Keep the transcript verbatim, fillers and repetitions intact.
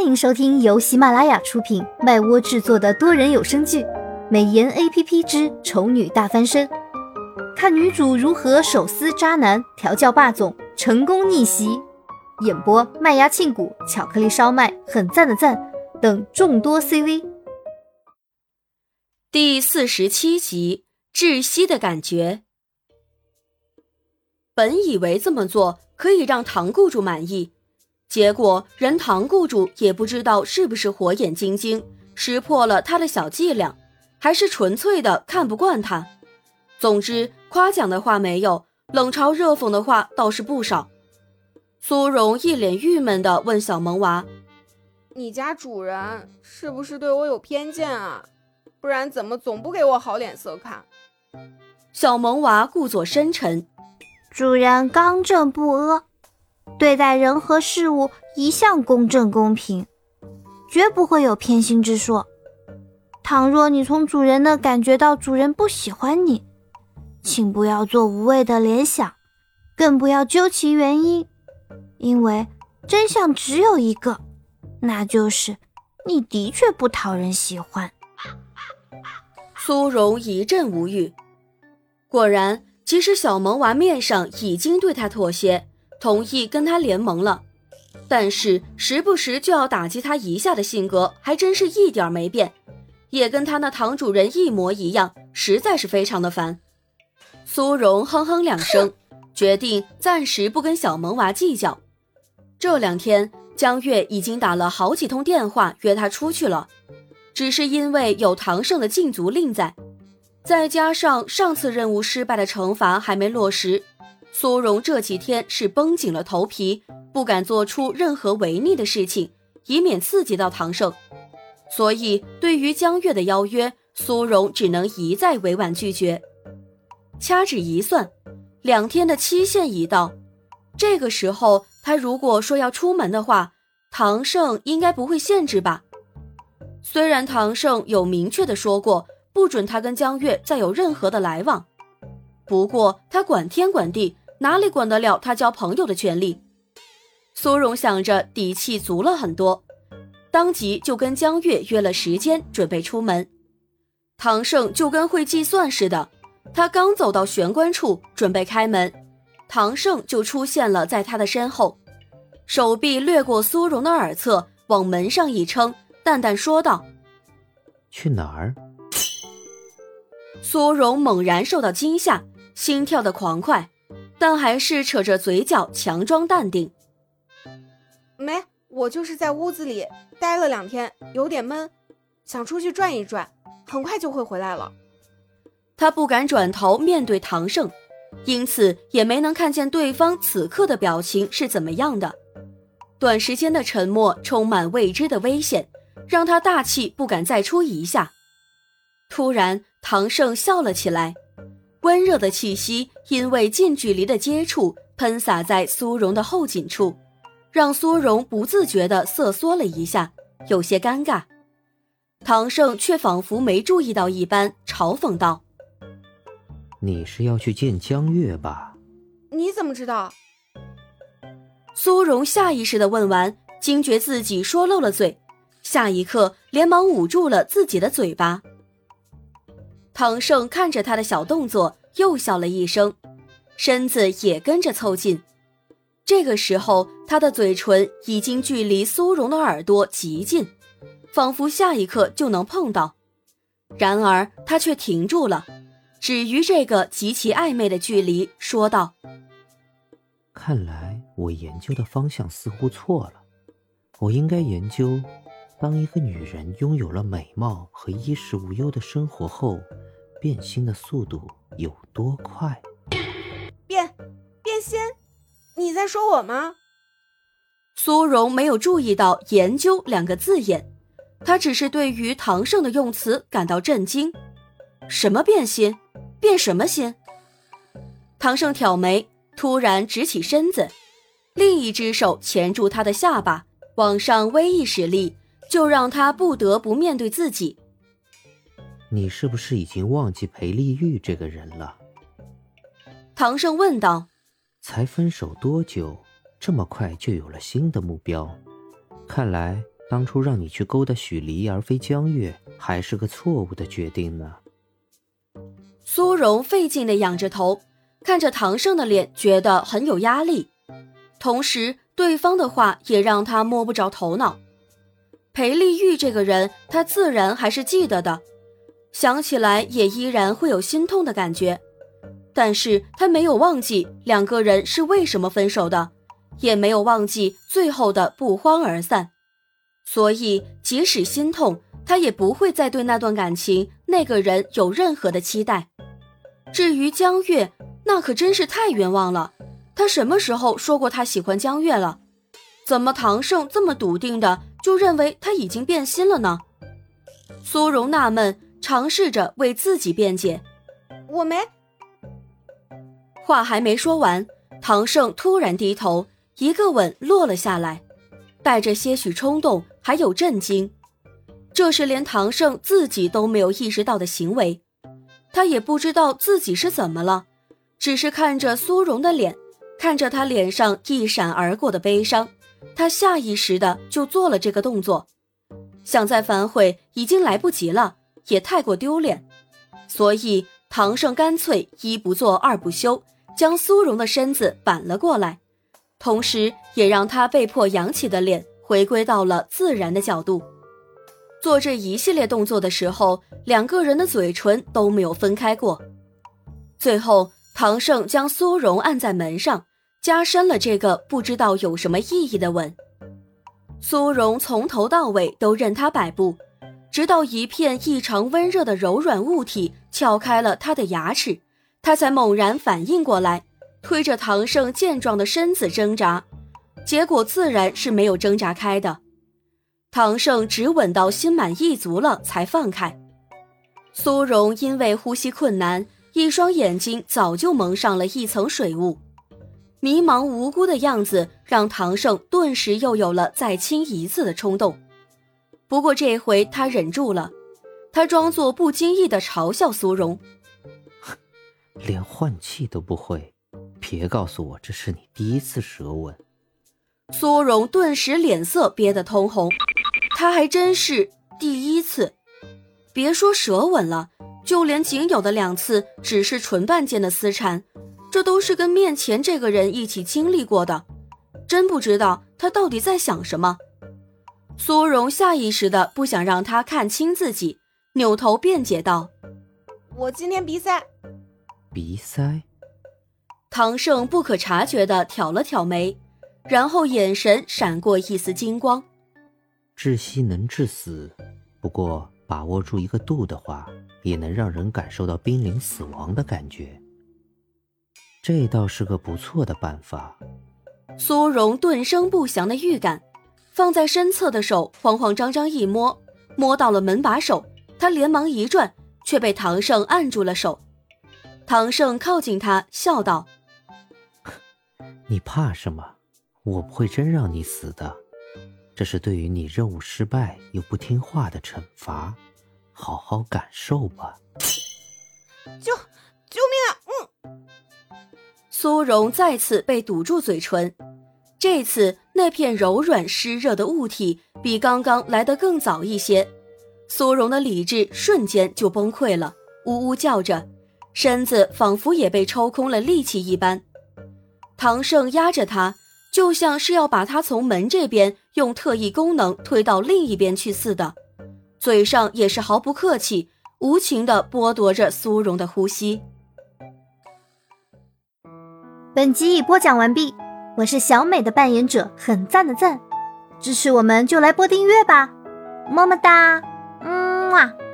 欢迎收听由喜马拉雅出品、麦窝制作的多人有声剧《美颜 A P P 之丑女大翻身》，看女主如何手撕渣男、调教霸总、成功逆袭。演播：麦芽庆谷、巧克力烧麦、很赞的赞等众多 C V。 第四十七集，窒息的感觉。本以为这么做可以让唐雇主满意，结果人唐雇主也不知道是不是火眼金睛，识破了他的小伎俩，还是纯粹的看不惯他。总之，夸奖的话没有，冷嘲热讽的话倒是不少。苏荣一脸郁闷地问小萌娃： 你家主人是不是对我有偏见啊？不然怎么总不给我好脸色看？ 小萌娃故作深沉： 主人刚正不阿，对待人和事物一向公正公平，绝不会有偏心之说。倘若你从主人那感觉到主人不喜欢你，请不要做无谓的联想，更不要究其原因，因为真相只有一个，那就是你的确不讨人喜欢。 苏荣一阵无语。果然，即使小萌娃面上已经对他妥协，同意跟他联盟了，但是时不时就要打击他一下的性格还真是一点没变，也跟他那堂主人一模一样，实在是非常的烦。苏荣哼哼两声，决定暂时不跟小萌娃计较。这两天江月已经打了好几通电话约他出去了，只是因为有唐胜的禁足令在，再加上上次任务失败的惩罚还没落实，苏荣这几天是绷紧了头皮，不敢做出任何违逆的事情，以免刺激到唐胜。所以对于江月的邀约，苏荣只能一再委婉拒绝。掐指一算，两天的期限已到，这个时候他如果说要出门的话，唐胜应该不会限制吧。虽然唐胜有明确的说过不准他跟江月再有任何的来往，不过他管天管地，哪里管得了他交朋友的权利？苏荣想着底气足了很多，当即就跟江月约了时间准备出门。唐胜就跟会计算似的，他刚走到玄关处准备开门，唐胜就出现了在他的身后，手臂掠过苏荣的耳侧，往门上一撑，淡淡说道： 去哪儿？ 苏荣猛然受到惊吓，心跳得狂快，但还是扯着嘴角强装淡定。 没，我就是在屋子里待了两天，有点闷，想出去转一转，很快就会回来了。 他不敢转头面对唐胜，因此也没能看见对方此刻的表情是怎么样的。短时间的沉默充满未知的危险，让他大气不敢再出一下。突然唐胜笑了起来，温热的气息因为近距离的接触喷洒在苏荣的后颈处，让苏荣不自觉地瑟缩了一下，有些尴尬。唐胜却仿佛没注意到一般，嘲讽道： 你是要去见江月吧？ 你怎么知道？ 苏荣下意识地问完，惊觉自己说漏了嘴，下一刻连忙捂住了自己的嘴巴。唐胜看着他的小动作，又笑了一声，身子也跟着凑近。这个时候他的嘴唇已经距离苏荣的耳朵极近，仿佛下一刻就能碰到。然而他却停住了，止于这个极其暧昧的距离，说道： 看来我研究的方向似乎错了，我应该研究当一个女人拥有了美貌和衣食无忧的生活后，变心的速度有多快。 变变心？你在说我吗？ 苏荣没有注意到研究两个字眼，他只是对于唐胜的用词感到震惊。什么变心？变什么心？唐胜挑眉，突然直起身子，另一只手钳住他的下巴，往上微一使力，就让他不得不面对自己。 你是不是已经忘记裴丽玉这个人了？ 唐胜问道。 才分手多久，这么快就有了新的目标？看来当初让你去勾搭许离而非江月，还是个错误的决定呢。 苏荣费劲地仰着头，看着唐胜的脸，觉得很有压力。同时，对方的话也让他摸不着头脑。裴丽玉这个人，他自然还是记得的，想起来也依然会有心痛的感觉。但是他没有忘记两个人是为什么分手的，也没有忘记最后的不欢而散。所以，即使心痛，他也不会再对那段感情、那个人有任何的期待。至于江月，那可真是太冤枉了。他什么时候说过他喜欢江月了？怎么唐胜这么笃定的就认为他已经变心了呢？苏荣纳闷，尝试着为自己辩解。 我没…… 话还没说完，唐胜突然低头，一个吻落了下来，带着些许冲动，还有震惊。这是连唐胜自己都没有意识到的行为。他也不知道自己是怎么了，只是看着苏荣的脸，看着他脸上一闪而过的悲伤，他下意识的就做了这个动作。想再反悔已经来不及了，也太过丢脸。所以唐胜干脆一不做二不休，将苏荣的身子扳了过来，同时也让他被迫扬起的脸回归到了自然的角度。做这一系列动作的时候，两个人的嘴唇都没有分开过。最后，唐胜将苏荣按在门上，加深了这个不知道有什么意义的吻。苏荣从头到尾都任他摆布，直到一片异常温热的柔软物体撬开了他的牙齿，他才猛然反应过来，推着唐胜健壮的身子挣扎，结果自然是没有挣扎开的。唐胜只吻到心满意足了才放开。苏荣因为呼吸困难，一双眼睛早就蒙上了一层水雾，迷茫无辜的样子让唐胜顿时又有了再亲一次的冲动。不过这回他忍住了，他装作不经意地嘲笑苏荣， 连换气都不会，别告诉我这是你第一次舌吻。 苏荣顿时脸色憋得通红，他还真是第一次。别说舌吻了，就连仅有的两次只是唇瓣间的私缠，这都是跟面前这个人一起经历过的，真不知道他到底在想什么。苏荣下意识的不想让他看清自己，扭头辩解道： 我今天鼻塞。 鼻塞？ 唐胜不可察觉地挑了挑眉，然后眼神闪过一丝金光。 窒息能致死，不过把握住一个度的话，也能让人感受到濒临死亡的感觉。这倒是个不错的办法。 苏荣顿生不祥的预感，放在身侧的手慌慌张张一摸，摸到了门把手，他连忙一转，却被唐胜按住了手。唐胜靠近他，笑道： 你怕什么？我不会真让你死的，这是对于你任务失败又不听话的惩罚，好好感受吧。 救救命啊！嗯。 苏荣再次被堵住嘴唇，这次那片柔软湿热的物体比刚刚来得更早一些。苏荣的理智瞬间就崩溃了，呜呜叫着，身子仿佛也被抽空了力气一般。唐胜压着他，就像是要把他从门这边用特异功能推到另一边去似的，嘴上也是毫不客气，无情地剥夺着苏荣的呼吸。 本集已播讲完毕，我是小美的扮演者，很赞的赞，支持我们就来播订阅吧，么么哒，嗯啊。